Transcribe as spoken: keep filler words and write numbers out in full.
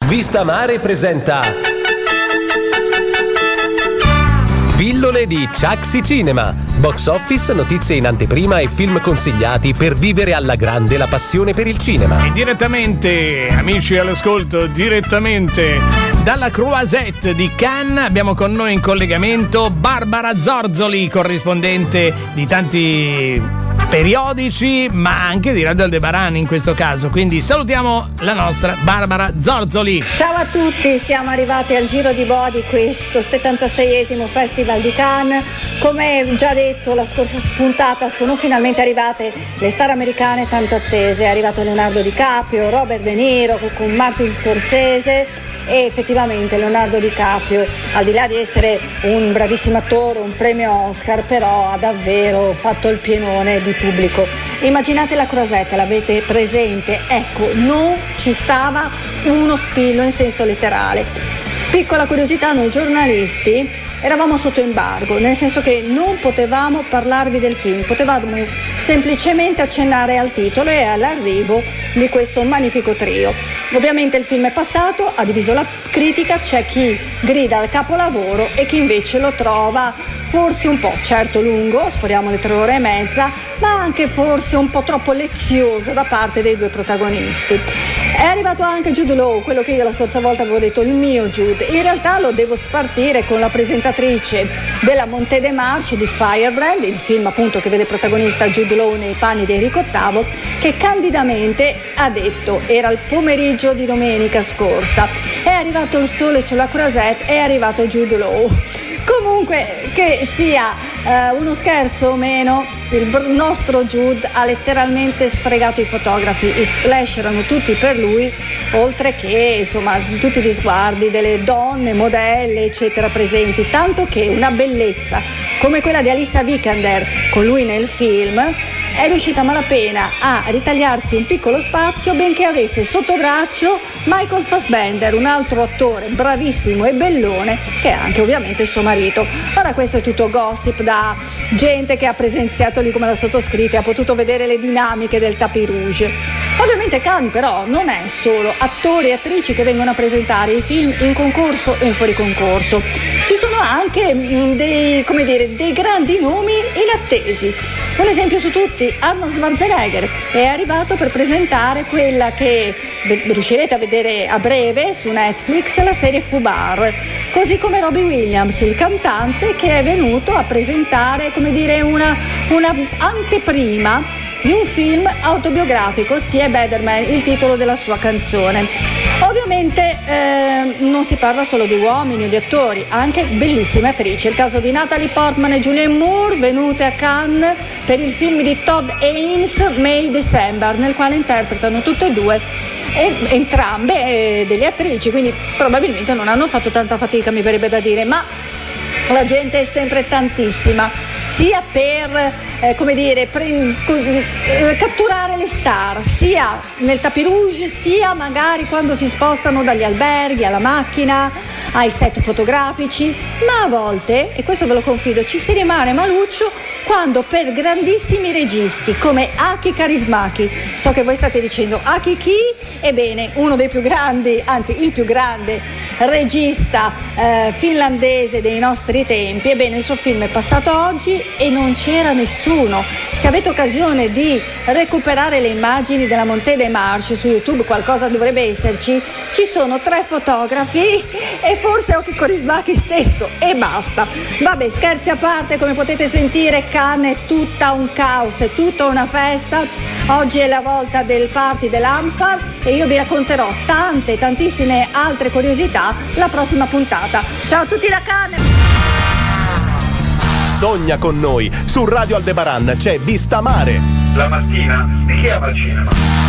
Vista Mare presenta Pillole di Ciaxi Cinema. Box office, notizie in anteprima e film consigliati per vivere alla grande la passione per il cinema. E direttamente, amici all'ascolto, direttamente dalla Croisette di Cannes abbiamo con noi in collegamento Barbara Zorzoli, corrispondente di tanti periodici, ma anche di Radio Aldebaran in questo caso. Quindi salutiamo la nostra Barbara Zorzoli. Ciao a tutti, siamo arrivati al giro di boa di questo settantaseiesimo Festival di Cannes. Come già detto la scorsa puntata, sono finalmente arrivate le star americane tanto attese. È arrivato Leonardo DiCaprio, Robert De Niro con Martin Scorsese. E effettivamente Leonardo DiCaprio, al di là di essere un bravissimo attore, un premio Oscar, però ha davvero fatto il pienone di pubblico. Immaginate la Croisette, l'avete presente? Ecco, non ci stava uno spillo in senso letterale. Piccola curiosità, noi giornalisti eravamo sotto embargo, nel senso che non potevamo parlarvi del film, potevamo semplicemente accennare al titolo e all'arrivo di questo magnifico trio. Ovviamente il film è passato, ha diviso la critica, c'è chi grida al capolavoro e chi invece lo trova forse un po', certo lungo, sforiamo le tre ore e mezza, ma anche forse un po' troppo lezioso da parte dei due protagonisti. È arrivato anche Jude Law, quello che io la scorsa volta avevo detto, il mio Jude. In realtà lo devo spartire con la presentatrice della Montée des Marches di Firebrand, il film appunto che vede protagonista Jude Law nei panni di Enrico ottavo, che candidamente ha detto: era il pomeriggio di domenica scorsa, è arrivato il sole sulla Croisette, è arrivato Jude Law. Comunque, che sia eh, uno scherzo o meno, il nostro Jude ha letteralmente sfregato i fotografi, i flash erano tutti per lui, oltre che insomma tutti gli sguardi delle donne, modelle eccetera presenti, tanto che una bellezza come quella di Alicia Vikander con lui nel film è riuscita a malapena a ritagliarsi un piccolo spazio, benché avesse sotto braccio Michael Fassbender, un altro attore bravissimo e bellone, che è anche ovviamente il suo marito. Ora questo è tutto gossip da gente che ha presenziato lì come la sottoscritta e ha potuto vedere le dinamiche del tapis rouge. Ovviamente Cannes però non è solo attori e attrici che vengono a presentare i film in concorso e in fuori concorso, ci sono anche dei, come dire, dei grandi nomi inattesi. Un esempio su tutti, Arnold Schwarzenegger è arrivato per presentare quella che riuscirete a vedere a breve su Netflix, la serie Fubar, così come Robbie Williams, il cantante, che è venuto a presentare, come dire, una, una anteprima di un film autobiografico, sia Better Man, il titolo della sua canzone. Ovviamente eh, non si parla solo di uomini o di attori, anche bellissime attrici. Il caso di Natalie Portman e Julianne Moore, venute a Cannes per il film di Todd Haynes, May December, nel quale interpretano tutte e due, e, entrambe eh, delle attrici, quindi probabilmente non hanno fatto tanta fatica, mi verrebbe da dire, ma la gente è sempre tantissima, sia per eh, come dire pre- eh, catturare le star, sia nel tapis rouge, sia magari quando si spostano dagli alberghi alla macchina, ai set fotografici, ma a volte, e questo ve lo confido, ci si rimane maluccio quando per grandissimi registi come Aki Kaurismäki, so che voi state dicendo Aki chi? Ebbene, uno dei più grandi, anzi il più grande regista eh, finlandese dei nostri tempi. Ebbene, il suo film è passato oggi e non c'era nessuno. Se avete occasione di recuperare le immagini della Montée des Marches su YouTube, qualcosa dovrebbe esserci, ci sono tre fotografi e forse Aki Kaurismäki stesso, e basta. Vabbè, scherzi a parte, come potete sentire Cannes è tutta un caos, è tutta una festa. Oggi è la volta del party dell'Anfar e io vi racconterò tante, tantissime altre curiosità la prossima puntata. Ciao a tutti da Cannes! Sogna con noi, su Radio Aldebaran c'è Vista Mare. La mattina si chiama cinema.